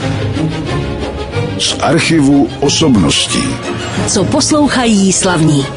Z archivu osobností. Co poslouchají slavní.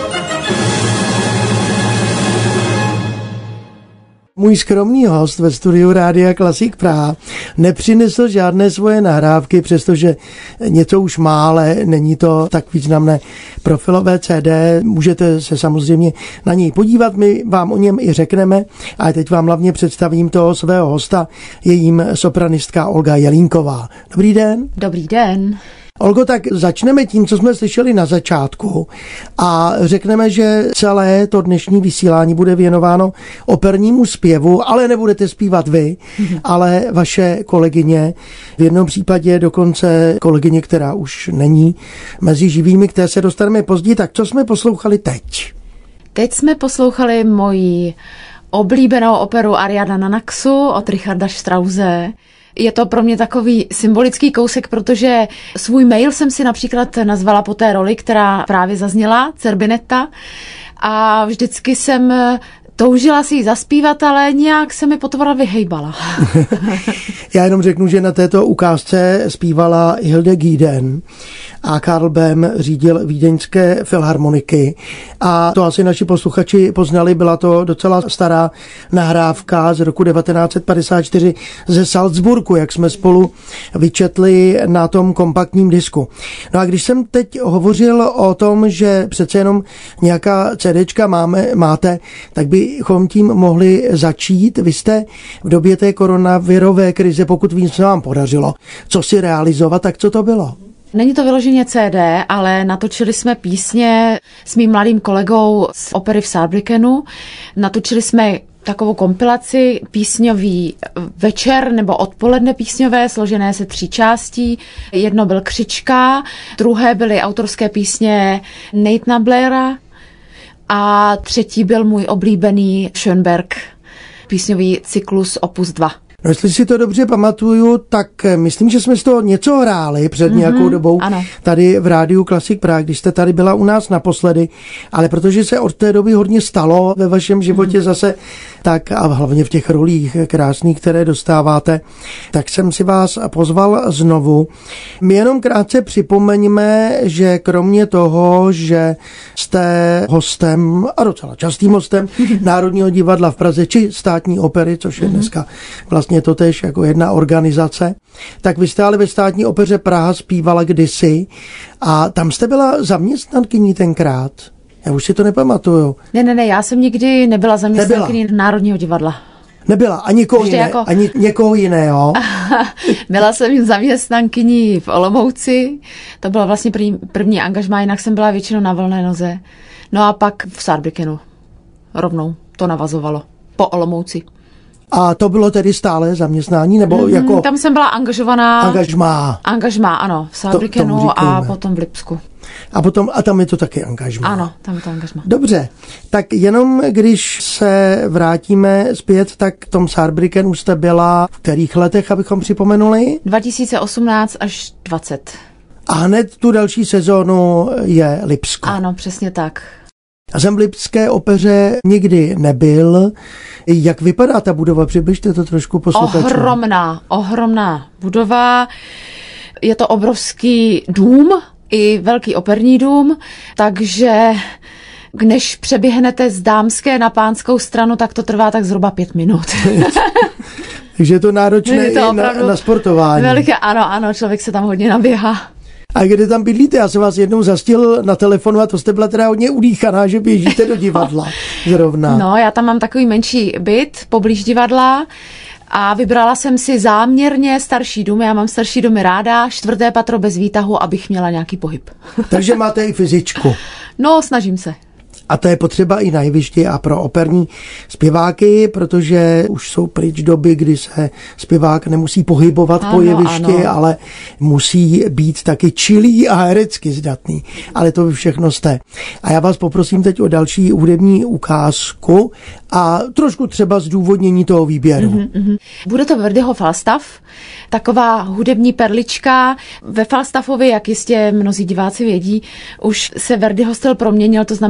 Můj skromný host ve studiu Rádia Klasik Praha nepřinesl žádné svoje nahrávky, přestože něco už má, ale není to tak významné profilové CD. Můžete se samozřejmě na něj podívat, my vám o něm i řekneme, ale teď vám hlavně představím toho svého hosta, je jím sopranistka Olga Jelínková. Dobrý den. Dobrý den. Olgo, tak začneme tím, co jsme slyšeli na začátku a řekneme, že celé to dnešní vysílání bude věnováno opernímu zpěvu, ale nebudete zpívat vy, ale vaše kolegyně, v jednom případě dokonce kolegyně, která už není mezi živými, které se dostaneme později. Tak co jsme poslouchali teď? Teď jsme poslouchali moji oblíbenou operu Ariadna na Naxu od Richarda Strause. Je to pro mě takový symbolický kousek, protože svůj mail jsem si například nazvala po té roli, která právě zazněla, Zerbinetta, a vždycky jsem toužila si ji zaspívat, ale nějak se mi potvora vyhejbala. Já jenom řeknu, že na této ukázce zpívala Hilde Gieden a Karl Böhm řídil vídeňské filharmoniky a to asi naši posluchači poznali, byla to docela stará nahrávka z roku 1954 ze Salzburgu, jak jsme spolu vyčetli na tom kompaktním disku. No a když jsem teď hovořil o tom, že přece jenom nějaká CDčka máte, tak bychom tím mohli začít. Vy jste v době té koronavirové krize, pokud vím, se vám podařilo, co si realizovat, tak co to bylo? Není to vyloženě CD, ale natočili jsme písně s mým mladým kolegou z opery v Saarbrückenu. Natočili jsme takovou kompilaci, písňový večer nebo odpoledne písňové, složené se 3 částí. Jedno byl Křička, druhé byly autorské písně Nathana Blaira a třetí byl můj oblíbený Schönberg, písňový cyklus Opus 2. No, jestli si to dobře pamatuju, tak myslím, že jsme z toho něco hráli před nějakou dobou tady v Rádiu Klasik Praha, když jste tady byla u nás naposledy, ale protože se od té doby hodně stalo ve vašem životě zase, tak a hlavně v těch rolích krásných, které dostáváte, tak jsem si vás pozval znovu. My jenom krátce připomeňme, že kromě toho, že jste hostem a docela častým hostem Národního divadla v Praze či Státní opery, což je dneska vlastně to též jako jedna organizace, tak vy jste ale ve Státní opeře Praha zpívala kdysi a tam jste byla zaměstnankyní tenkrát. Já už si to nepamatuju. Ne, já jsem nikdy nebyla zaměstnankyní Národního divadla. Nebyla, a někoho jiného. Byla jsem zaměstnankyní v Olomouci, to bylo vlastně první angažmá, jinak jsem byla většinou na volné noze. No a pak v Saarbrückenu rovnou to navazovalo po Olomouci. A to bylo tedy stále zaměstnání, nebo jako... Tam jsem byla angažovaná... Angažmá, ano, v Saarbrückenu a potom v Lipsku. A tam je to taky angažmá. Ano, tam je to angažmá. Dobře, tak jenom když se vrátíme zpět, tak v tom Saarbrückenu jste byla v kterých letech, abychom připomenuli? 2018 až 20. A hned tu další sezónu je Lipsko. Ano, přesně tak. A jsem v Lipské opeře nikdy nebyl. Jak vypadá ta budova? Přibližte to trošku posluchačům. Ohromná budova. Je to obrovský dům, i velký operní dům, takže než přeběhnete z dámské na pánskou stranu, tak to trvá tak zhruba 5 minut. Takže je to náročné i na sportování. Veliké, ano, člověk se tam hodně naběhá. A kde tam bydlíte? Já jsem vás jednou zastihl na telefonu a to jste byla teda hodně udýchaná, že běžíte do divadla zrovna. No, já tam mám takový menší byt poblíž divadla a vybrala jsem si záměrně starší dům. Já mám starší domy ráda, 4. patro bez výtahu, abych měla nějaký pohyb. Takže máte i fyzičku. No, snažím se. A to je potřeba i na jevišti a pro operní zpěváky, protože už jsou pryč doby, kdy se zpěvák nemusí pohybovat po jevišti, ale musí být taky čilý a herecky zdatný. Ale to vy všechno jste. A já vás poprosím teď o další hudební ukázku a trošku třeba zdůvodnění toho výběru. Bude to Verdiho Falstaff, taková hudební perlička. Ve Falstaffovi, jak jistě mnozí diváci vědí, už se Verdiho styl proměnil, to znamená, nejsou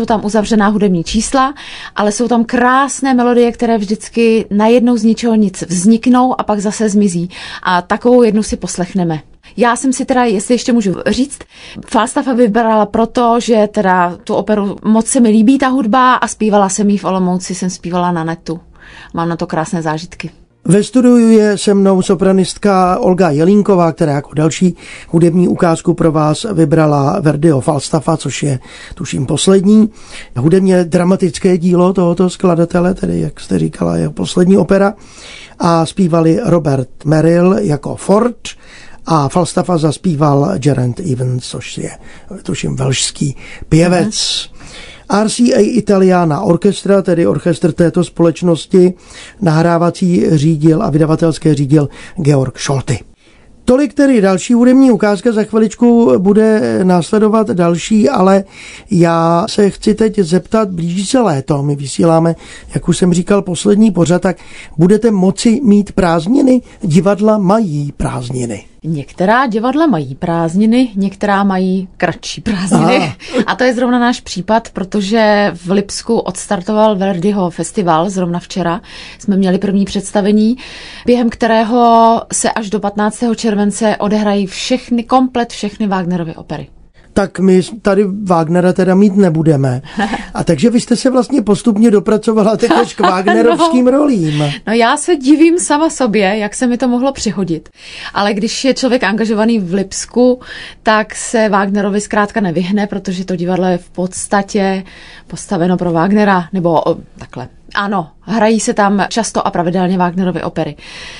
tam uzavřená hudební čísla, ale jsou tam krásné melodie, které vždycky najednou z ničeho nic vzniknou a pak zase zmizí. A takovou jednu si poslechneme. Já jsem si teda, jestli ještě můžu říct, Falstaffa vybrala proto, že teda tu operu moc se mi líbí ta hudba a zpívala jsem ji v Olomouci, jsem zpívala na netu. Mám na to krásné zážitky. Ve studiu je se mnou sopranistka Olga Jelínková, která jako další hudební ukázku pro vás vybrala Verdiho Falstaffa, což je, tuším, poslední hudebně dramatické dílo tohoto skladatele, tedy, jak jste říkala, jeho poslední opera. A zpívali Robert Merrill jako Ford a Falstaffa zaspíval Geraint Evans, což je, tuším, velšský pěvec. RCA Italiana Orchestra, tedy orchestr této společnosti, nahrávací řídil a vydavatelské řídil Georg Scholty. Tolik tedy další hudební ukázka, za chviličku bude následovat další, ale já se chci teď zeptat, blíží se léto, my vysíláme, jak už jsem říkal, poslední pořad, tak budete moci mít prázdniny? Divadla mají prázdniny. Některá divadla mají prázdniny, některá mají kratší prázdniny. Aha. A to je zrovna náš případ, protože v Lipsku odstartoval Verdiho festival, zrovna včera jsme měli první představení, během kterého se až do 15. července odehrají komplet všechny Wagnerovy opery. Tak my tady Wagnera teda mít nebudeme. A takže vy jste se vlastně postupně dopracovala teď až k wagnerovským rolím. No já se divím sama sobě, jak se mi to mohlo přihodit. Ale když je člověk angažovaný v Lipsku, tak se Wagnerovi zkrátka nevyhne, protože to divadlo je v podstatě postaveno pro Wagnera, nebo takhle. Ano, hrají se tam často a pravidelně Wagnerovy opery.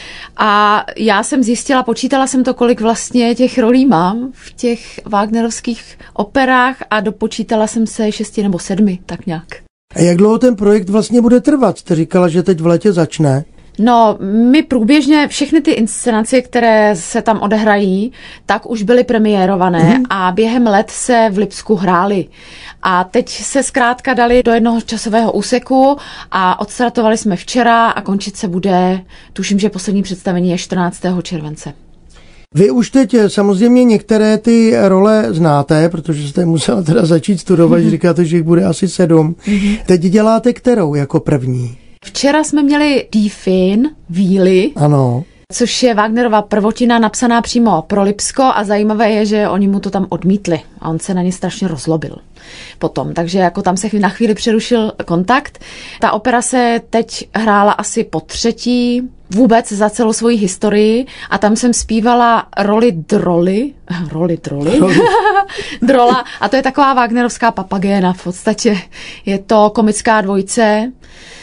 A já jsem zjistila, počítala jsem to, kolik vlastně těch rolí mám v těch wagnerovských operách a dopočítala jsem se 6 nebo 7, tak nějak. A jak dlouho ten projekt vlastně bude trvat? Jste říkala, že teď v létě začne. No, my průběžně všechny ty inscenace, které se tam odehrají, tak už byly premiérované a během let se v Lipsku hrály. A teď se zkrátka dali do jednoho časového úseku a odstartovali jsme včera a končit se bude, tuším, že poslední představení je 14. července. Vy už teď samozřejmě některé ty role znáte, protože jste musela teda začít studovat, říkáte, že jich bude asi 7. Teď děláte kterou jako první? Včera jsme měli Die Feen, Víly, ano, což je Wagnerova prvotina napsaná přímo pro Lipsko a zajímavé je, že oni mu to tam odmítli a on se na ně strašně rozlobil potom, takže jako tam se na chvíli přerušil kontakt. Ta opera se teď hrála asi po 3. vůbec za celou svoji historii a tam jsem zpívala roli Drola a to je taková wagnerovská papagéna v podstatě. Je to komická dvojice,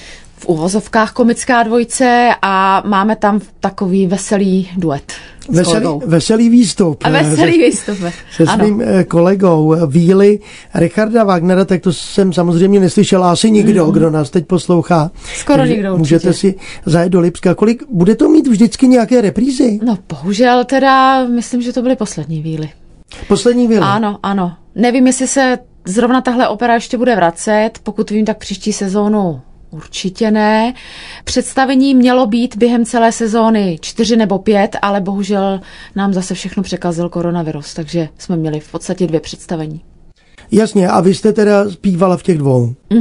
v uvozovkách komická dvojice a máme tam takový veselý duet. Veselý výstup. A veselý výstup. Se svým kolegou Víly Richarda Wagnera, tak to jsem samozřejmě neslyšel asi nikdo, kdo nás teď poslouchá. Skoro nikdo určitě. Můžete si zajet do Lipska. Kolik bude to mít vždycky nějaké reprízy? No bohužel teda, myslím, že to byly poslední Víly. Poslední Víly? Ano. Nevím, jestli se zrovna tahle opera ještě bude vracet, pokud vím, tak příští sezónu určitě ne. Představení mělo být během celé sezóny 4 nebo 5, ale bohužel nám zase všechno překazil koronavirus, takže jsme měli v podstatě 2 představení. Jasně, a vy jste teda zpívala v těch 2.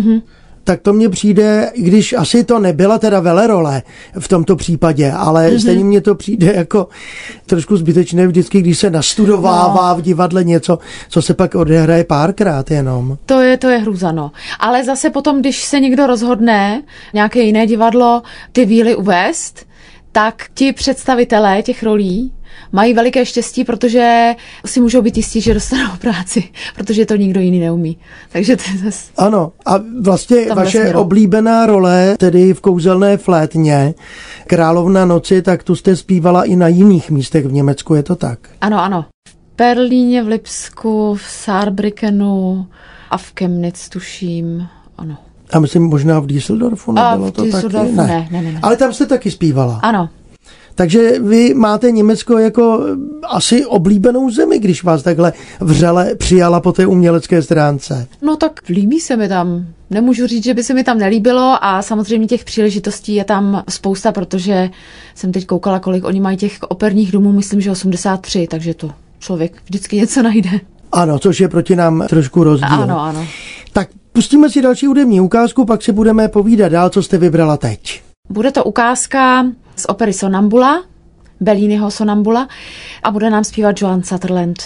Tak to mně přijde, i když asi to nebyla teda velerole v tomto případě, ale stejně mně to přijde jako trošku zbytečné vždycky, když se nastudovává v divadle něco, co se pak odehraje párkrát jenom. To je hrůzano. Ale zase potom, když se někdo rozhodne nějaké jiné divadlo ty Víly uvést, tak ti představitelé těch rolí mají veliké štěstí, protože si můžou být jistí, že dostanou práci, protože to nikdo jiný neumí. Takže to je zase... Ano, a vlastně vaše oblíbená role, tedy v Kouzelné flétně, Královna noci, tak tu jste zpívala i na jiných místech v Německu, je to tak? Ano. V Berlíně, v Lipsku, v Saarbrückenu a v Chemnitz, tuším, ano. A myslím možná v Düsseldorfu nebylo to taky? Ne. Ale tam jste taky zpívala? Ano. Takže vy máte Německo jako asi oblíbenou zemi, když vás takhle vřele přijala po té umělecké stránce. No tak líbí se mi tam. Nemůžu říct, že by se mi tam nelíbilo a samozřejmě těch příležitostí je tam spousta, protože jsem teď koukala, kolik oni mají těch operních domů, myslím, že 83, takže to člověk vždycky něco najde. Ano, což je proti nám trošku rozdíl. Ano. Tak Pustíme si další hudební ukázku, pak si budeme povídat dál, co jste vybrala teď. Bude to ukázka z opery Sonambula, Belliniho Sonambula, a bude nám zpívat Joan Sutherland.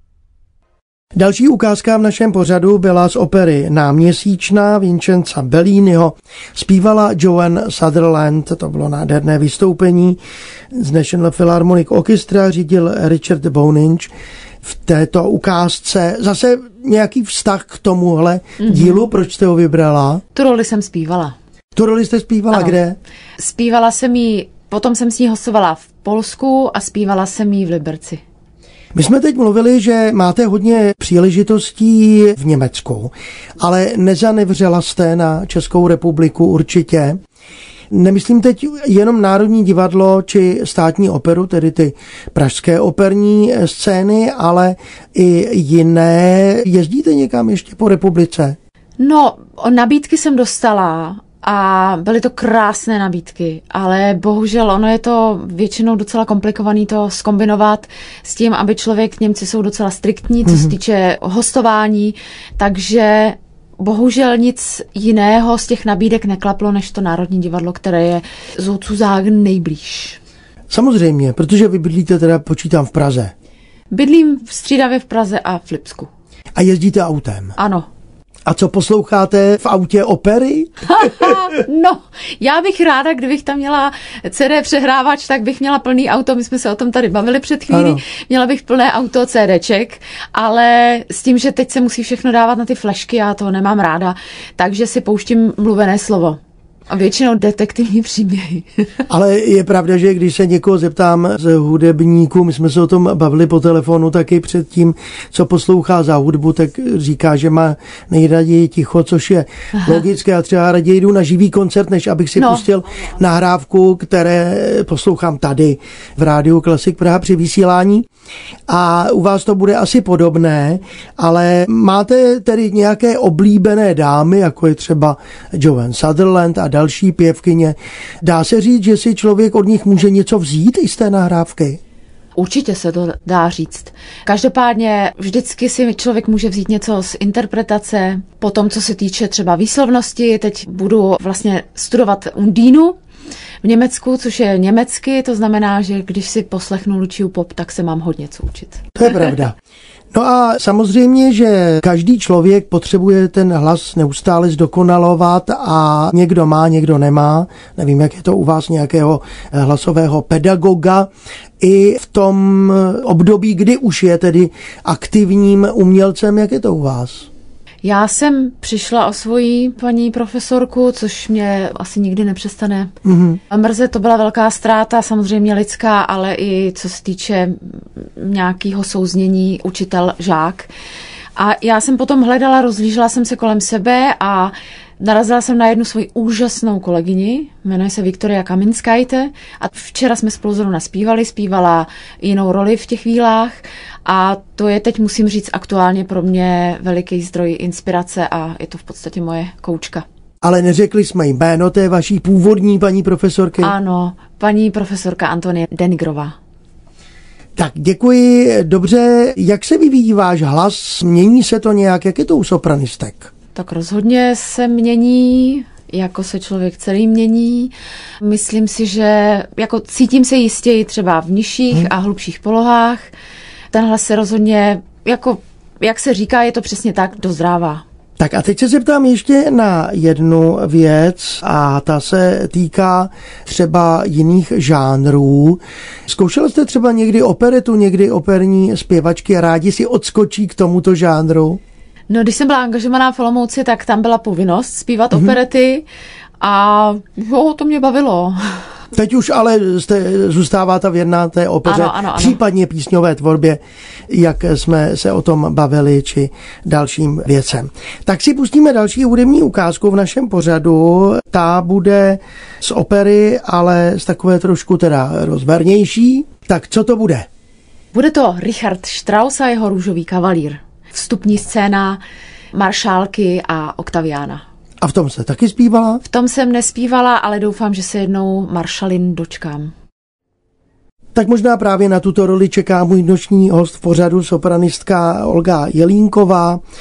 Další ukázka v našem pořadu byla z opery Náměsíčná Vincenza Belliniho. Zpívala Joan Sutherland, to bylo nádherné vystoupení. Z National Philharmonic Orchestra řídil Richard Boninch. V této ukázce zase nějaký vztah k tomuhle dílu, proč jste ho vybrala? Tu roli jsem zpívala. Tu roli jste zpívala ano. Kde? Zpívala jsem ji, potom jsem s ní hostovala v Polsku a zpívala jsem ji v Liberci. My jsme teď mluvili, že máte hodně příležitostí v Německu, ale nezanevřela jste na Českou republiku určitě. Nemyslím teď jenom Národní divadlo či Státní operu, tedy ty pražské operní scény, ale i jiné. Jezdíte někam ještě po republice? No, nabídky jsem dostala a byly to krásné nabídky, ale bohužel ono je to většinou docela komplikovaný to zkombinovat s tím, aby člověk, Němci jsou docela striktní, co se týče hostování, takže bohužel nic jiného z těch nabídek neklaplo, než to Národní divadlo, které je sozusagen nejblíž. Samozřejmě, protože vy bydlíte teda, počítám, v Praze. Bydlím střídavě v Praze a v Lipsku. A jezdíte autem? Ano. A co posloucháte v autě opery? No, já bych ráda, kdybych tam měla CD přehrávač, tak bych měla plný auto, my jsme se o tom tady bavili před chvílí, ano. Měla bych plné auto CDček, ale s tím, že teď se musí všechno dávat na ty flešky, já to nemám ráda, takže si pouštím mluvené slovo. A většinou detektivní příběhy. Ale je pravda, že když se někoho zeptám z hudebníků, my jsme se o tom bavili po telefonu taky předtím, co poslouchá za hudbu, tak říká, že má nejraději ticho, což je logické. Já třeba raději jdu na živý koncert, než abych si pustil nahrávku, které poslouchám tady v Rádiu Klasik Praha při vysílání. A u vás to bude asi podobné, ale máte tedy nějaké oblíbené dámy, jako je třeba Joan Sutherland a další pěvkyně. Dá se říct, že si člověk od nich může něco vzít i z té nahrávky? Určitě se to dá říct. Každopádně vždycky si člověk může vzít něco z interpretace, potom co se týče třeba výslovnosti, teď budu vlastně studovat Undínu v Německu, což je německy, to znamená, že když si poslechnu Luciu Pop, tak se mám hodně co učit. To je pravda. No a samozřejmě, že každý člověk potřebuje ten hlas neustále zdokonalovat a někdo má, někdo nemá. Nevím, jak je to u vás, nějakého hlasového pedagoga. I v tom období, kdy už je tedy aktivním umělcem, jak je to u vás? Já jsem přišla o svoji paní profesorku, což mě asi nikdy nepřestane mrzet. To byla velká ztráta, samozřejmě lidská, ale i co se týče nějakého souznění učitel-žák. A já jsem potom hledala, rozlížela jsem se kolem sebe a narazila jsem na jednu svoji úžasnou kolegyni, jmenuje se Viktoria Kaminskajte a včera jsme spolu zrovna zpívala jinou roli v těch vílách a to je teď, musím říct, aktuálně pro mě veliký zdroj inspirace a je to v podstatě moje koučka. Ale neřekli jsme jméno té vaší původní paní profesorky? Ano, paní profesorka Antonie Denigrová. Tak děkuji, dobře. Jak se vyvíjí váš hlas? Mění se to nějak? Jak je to u sopranistek? Tak rozhodně se mění, jako se člověk celý mění. Myslím si, že jako cítím se jistěji třeba v nižších a hlubších polohách. Ten hlas se rozhodně, jako, jak se říká, je to přesně tak, dozrává. Tak a teď se zeptám ještě na jednu věc a ta se týká třeba jiných žánrů. Zkoušel jste třeba někdy operetu, někdy operní zpěvačky a rádi si odskočí k tomuto žánru? No, když jsem byla angažovaná v Olomouci, tak tam byla povinnost zpívat operety a jo, to mě bavilo. Teď už ale zůstává ta věrná té opeře, ano. Případně písňové tvorbě, jak jsme se o tom bavili, či dalším věcem. Tak si pustíme další hudební ukázku v našem pořadu. Ta bude z opery, ale z takové trošku teda rozvernější. Tak co to bude? Bude to Richard Strauss a jeho Růžový kavalír. Vstupní scéna Maršálky a Oktaviána. A v tom se taky zpívala? V tom jsem nespívala, ale doufám, že se jednou Maršalin dočkám. Tak možná právě na tuto roli čeká můj dnešní host v pořadu, sopranistka Olga Jelínková,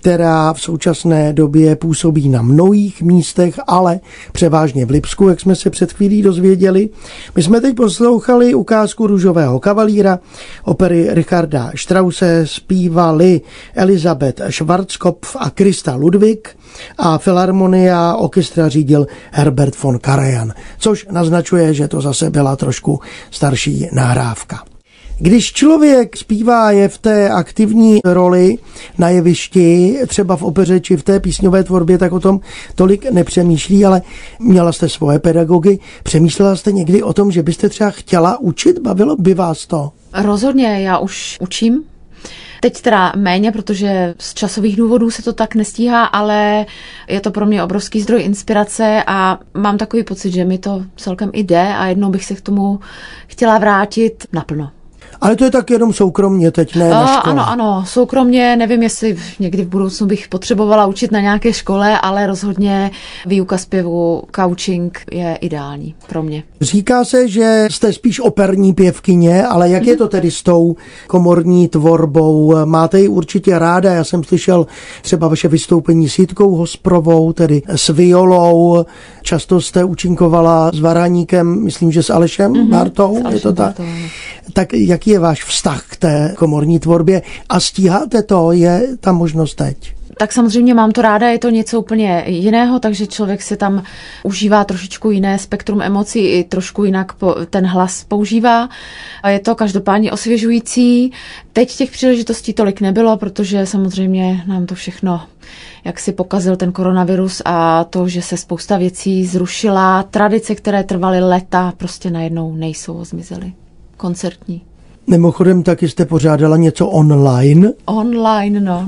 která v současné době působí na mnohých místech, ale převážně v Lipsku, jak jsme se před chvílí dozvěděli. My jsme teď poslouchali ukázku Růžového kavalíra, opery Richarda Strause, zpívali Elizabeth Schwarzkopf a Christa Ludwig a Filharmonia orchestra řídil Herbert von Karajan, což naznačuje, že to zase byla trošku starší nahrávka. Když člověk zpívá, je v té aktivní roli na jevišti, třeba v opeře či v té písňové tvorbě, tak o tom tolik nepřemýšlí, ale měla jste svoje pedagogy. Přemýšlela jste někdy o tom, že byste třeba chtěla učit? Bavilo by vás to? Rozhodně, já už učím. Teď teda méně, protože z časových důvodů se to tak nestíhá, ale je to pro mě obrovský zdroj inspirace a mám takový pocit, že mi to celkem jde a jednou bych se k tomu chtěla vrátit naplno. Ale to je tak jenom soukromně teď, ne na škole. Ano, soukromně, nevím, jestli někdy v budoucnu bych potřebovala učit na nějaké škole, ale rozhodně výuka zpěvu, coaching je ideální pro mě. Říká se, že jste spíš operní pěvkyně, ale jak je to tedy s tou komorní tvorbou? Máte ji určitě ráda, já jsem slyšel třeba vaše vystoupení s Jitkou Hosprovou, tedy s violou. Často jste účinkovala s Varáníkem, myslím, že s Alešem Bartou, je to tak? Tak jaký je váš vztah k té komorní tvorbě a stíháte to, je ta možnost teď? Tak samozřejmě mám to ráda, je to něco úplně jiného, takže člověk si tam užívá trošičku jiné spektrum emocí, i trošku jinak ten hlas používá. A je to každopádně osvěžující. Teď těch příležitostí tolik nebylo, protože samozřejmě nám to všechno jak si pokazil ten koronavirus a to, že se spousta věcí zrušila, tradice, které trvaly léta, prostě najednou nejsou, zmizely. Koncertní. Mimochodem taky jste pořádala něco online? Online, no.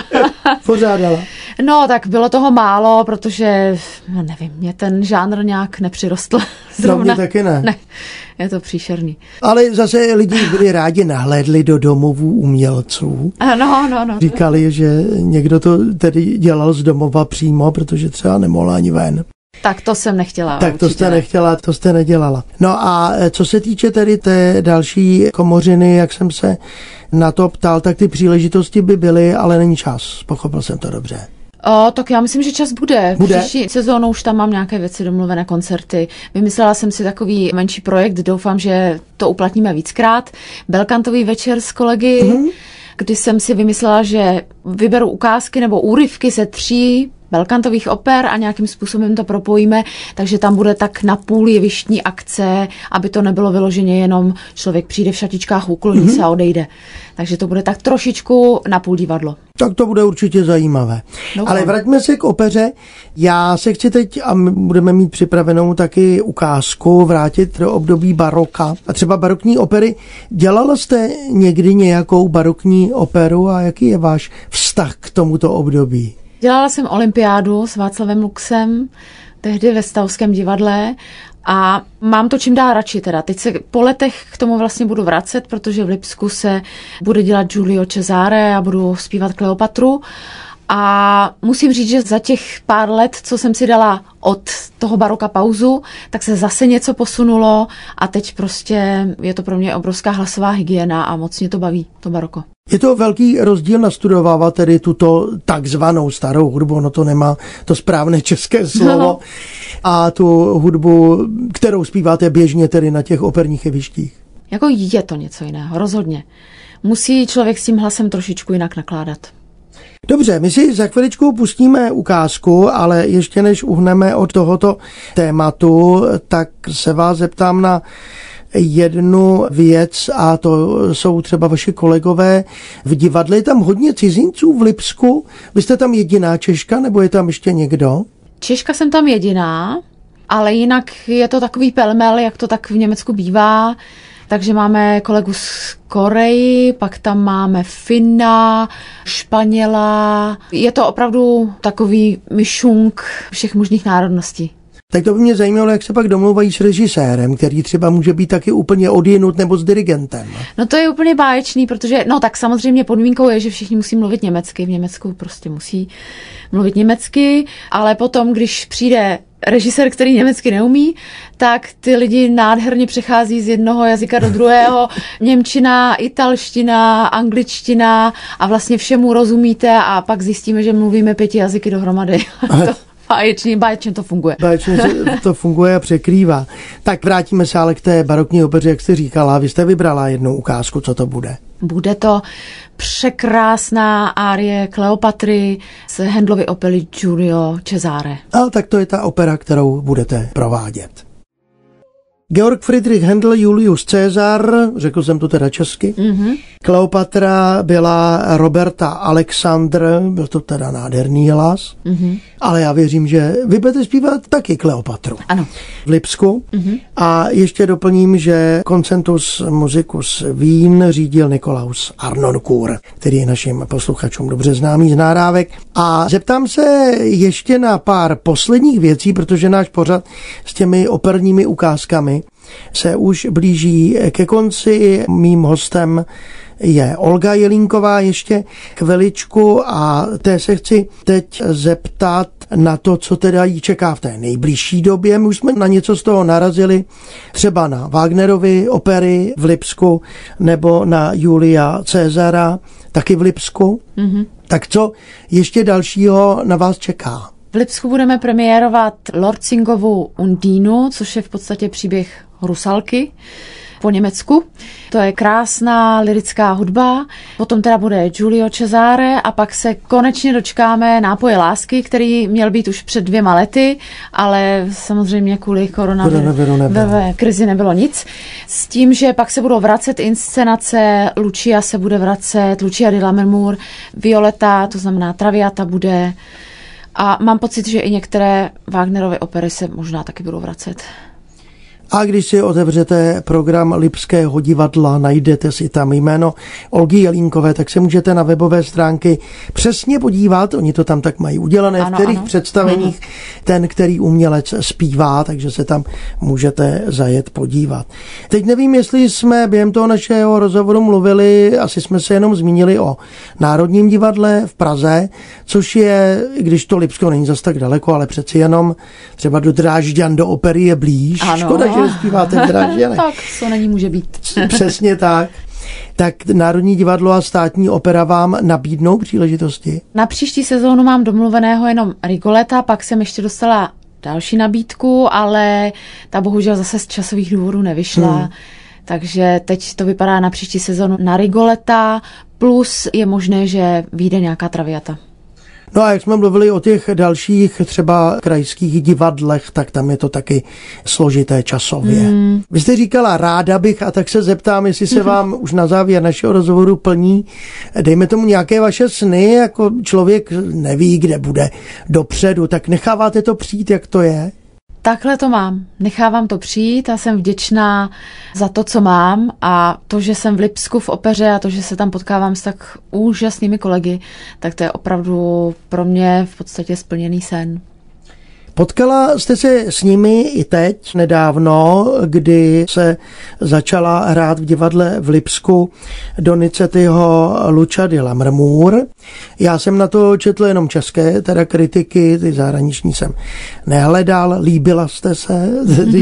Pořádala. No, tak bylo toho málo, protože, nevím, mě ten žánr nějak nepřirostl. Zrovna. Mě taky ne. Ne, je to příšerný. Ale zase lidi byli rádi nahlédli do domovů umělců. No. Říkali, že někdo to tedy dělal z domova přímo, protože třeba nemohla ani ven. Tak to jsem nechtěla. Tak to jste nechtěla, to jste nedělala. No a co se týče tedy té další komořiny, jak jsem se na to ptal, tak ty příležitosti by byly, ale není čas. Pochopil jsem to dobře. Tak já myslím, že čas bude. Příští sezónu už tam mám nějaké věci domluvené, koncerty. Vymyslela jsem si takový menší projekt, doufám, že to uplatníme víckrát. Belkantový večer s kolegy, kdy jsem si vymyslela, že vyberu ukázky nebo úryvky ze 3 belkantových oper a nějakým způsobem to propojíme, takže tam bude tak napůl jevištní akce, aby to nebylo vyloženě jenom člověk přijde v šatičkách, ukloní se a odejde. Takže to bude tak trošičku napůl divadlo. Tak to bude určitě zajímavé. No, ale vraťme se k opeře. Já se chci teď, a my budeme mít připravenou taky ukázku, vrátit do období baroka a třeba barokní opery. Dělala jste někdy nějakou barokní operu a jaký je váš vztah k tomuto období? Dělala jsem olympiádu s Václavem Luxem, tehdy ve Stavském divadle a mám to čím dál radši teda. Teď se po letech k tomu vlastně budu vracet, protože v Lipsku se bude dělat Giulio Cesare a budu zpívat Kleopatru. A musím říct, že za těch pár let, co jsem si dala od toho baroka pauzu, tak se zase něco posunulo a teď prostě je to pro mě obrovská hlasová hygiena a moc mě to baví, to baroko. Je to velký rozdíl nastudovávat tedy tuto takzvanou starou hudbu, ono to nemá to správné české slovo, a tu hudbu, kterou zpíváte běžně tedy na těch operních jevištích. Jako je to něco jiného, rozhodně. Musí člověk s tím hlasem trošičku jinak nakládat. Dobře, my si za chviličku pustíme ukázku, ale ještě než uhneme od tohoto tématu, tak se vás zeptám na jednu věc a to jsou třeba vaši kolegové v divadle. Je tam hodně cizinců v Lipsku? Vy jste tam jediná Češka nebo je tam ještě někdo? Češka jsem tam jediná, ale jinak je to takový pelmel, jak to tak v Německu bývá. Takže máme kolegu z Koreji, pak tam máme Finna, Španěla. Je to opravdu takový myšunk všech možných národností. Tak to by mě zajímalo, jak se pak domluvají s režisérem, který třeba může být taky úplně odjinut nebo s dirigentem. No to je úplně báječný, protože, no tak samozřejmě podmínkou je, že všichni musí mluvit německy. V Německu prostě musí mluvit německy, ale potom, když přijde režisér, který německy neumí, tak ty lidi nádherně přechází z jednoho jazyka do druhého. Němčina, italština, angličtina a vlastně všemu rozumíte a pak zjistíme, že mluvíme 5 jazyky dohromady. Báječně to funguje. Báječně to funguje a překrývá. Tak vrátíme se ale k té barokní opeře, jak jste říkala. Vy jste vybrala jednu ukázku, co to bude? Bude to překrásná árie Kleopatry z Handlovy opery Giulio Cesare. A tak to je ta opera, kterou budete provádět. Georg Friedrich Händel, Julius Caesar, řekl jsem to teda česky. Kleopatra byla Roberta Alexandr, byl to teda nádherný hlas, ale já věřím, že vy budete zpívat taky Kleopatru. Ano. V Lipsku. A ještě doplním, že Concentus Musicus Wien řídil Nikolaus Arnoncourt, který je našim posluchačům dobře známý z nahrávek. A zeptám se ještě na pár posledních věcí, protože náš pořad s těmi operními ukázkami se už blíží ke konci. Mým hostem je Olga Jelínková ještě chviličku a té se chci teď zeptat na to, co teda jí čeká v té nejbližší době. My už jsme na něco z toho narazili, třeba na Wagnerovy opery v Lipsku nebo na Julia Cezara, taky v Lipsku. Tak co ještě dalšího na vás čeká? V Lipsku budeme premiérovat Lortzingovu Undínu, což je v podstatě příběh Rusalky po Německu. To je krásná lyrická hudba. Potom teda bude Giulio Cesare a pak se konečně dočkáme Nápoje lásky, který měl být už před 2 lety, ale samozřejmě kvůli koronavirové krizi nebylo nic. S tím, že pak se budou vracet inscenace, Lucia se bude vracet, Lucia di Lammermoor, Violeta, to znamená Traviata bude. A mám pocit, že i některé Wagnerovy opery se možná taky budou vracet. A když si otevřete program Lipského divadla, najdete si tam jméno Olgy Jelínkové, tak se můžete na webové stránky přesně podívat, oni to tam tak mají udělané, v kterých představeních ten, který umělec zpívá, takže se tam můžete zajet podívat. Teď nevím, jestli jsme během toho našeho rozhovoru mluvili, asi jsme se jenom zmínili o Národním divadle v Praze, což je, když to Lipsko není zas tak daleko, ale přeci jenom třeba do Drážďan, do opery je blíž. Škoda, že zpíváte v Drážďanech. Tak, co není, může být. Přesně tak. Tak Národní divadlo a Státní opera vám nabídnou příležitosti? Na příští sezónu mám domluveného jenom Rigoleta, pak jsem ještě dostala další nabídku, ale ta bohužel zase z časových důvodů nevyšla. Takže teď to vypadá na příští sezónu na Rigoleta, plus je možné, že vyjde nějaká Traviata. No a jak jsme mluvili o těch dalších třeba krajských divadlech, tak tam je to taky složité časově. Vy jste říkala ráda bych, a tak se zeptám, jestli se vám už na závěr našeho rozhovoru plní, dejme tomu nějaké vaše sny, jako člověk neví, kde bude dopředu, tak necháváte to přijít, jak to je? Takhle to mám. Nechávám to přijít a jsem vděčná za to, co mám a to, že jsem v Lipsku v opeře a to, že se tam potkávám s tak úžasnými kolegy, tak to je opravdu pro mě v podstatě splněný sen. Potkala jste se s nimi i teď nedávno, kdy se začala hrát v divadle v Lipsku Donizettiho Lucia di Lammermoor. Já jsem na to četl jenom české, teda kritiky, ty zahraniční jsem nehledal. Líbila jste se?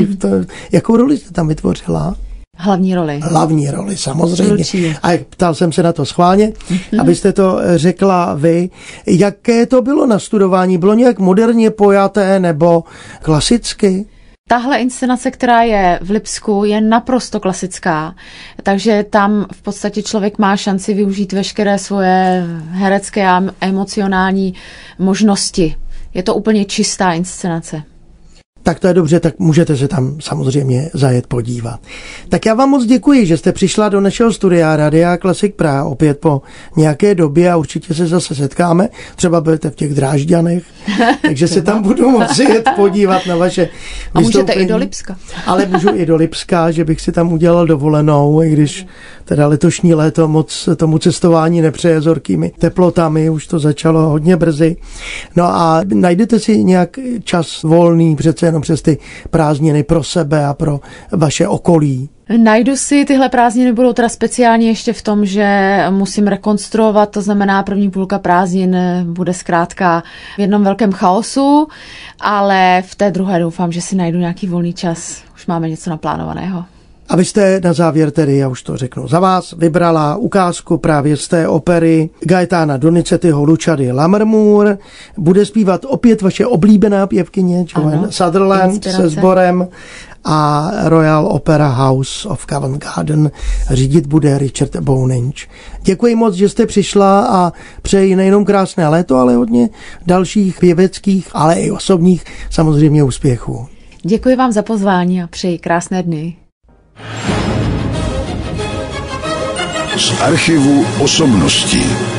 Jakou roli jste tam vytvořila? Hlavní roli. Hlavní roli, samozřejmě. A ptal jsem se na to schválně, abyste to řekla vy. Jaké to bylo nastudování? Bylo nějak moderně pojaté nebo klasicky? Tahle inscenace, která je v Lipsku, je naprosto klasická, takže tam v podstatě člověk má šanci využít veškeré svoje herecké a emocionální možnosti. Je to úplně čistá inscenace. Tak to je dobře, tak můžete se tam samozřejmě zajet podívat. Tak já vám moc děkuji, že jste přišla do našeho studia Radia Klasik Praha opět po nějaké době a určitě se zase setkáme. Třeba budete v těch Drážďanech, takže se tam budu moci jet podívat na vaše vystoupení. A můžete i do Lipska. Ale můžu i do Lipska, že bych si tam udělal dovolenou, i když teda letošní léto moc tomu cestování nepřeje s horkými teplotami, už to začalo hodně brzy. No a najdete si nějak čas volný přece jenom přes ty prázdniny pro sebe a pro vaše okolí? Najdu si, tyhle prázdniny budou teda speciálně ještě v tom, že musím rekonstruovat, to znamená první půlka prázdnin bude zkrátka v jednom velkém chaosu, ale v té druhé doufám, že si najdu nějaký volný čas. Už máme něco naplánovaného. A vy jste na závěr tedy, já už to řeknu, za vás vybrala ukázku právě z té opery Gaetana Donizettiho Lucia Lammermoor. Bude zpívat opět vaše oblíbená pěvkyně Joan Sutherland se sborem a Royal Opera House of Covent Garden řídit bude Richard Boninch. Děkuji moc, že jste přišla a přeji nejenom krásné léto, ale hodně dalších pěveckých, ale i osobních samozřejmě úspěchů. Děkuji vám za pozvání a přeji krásné dny. Z archivu osobností.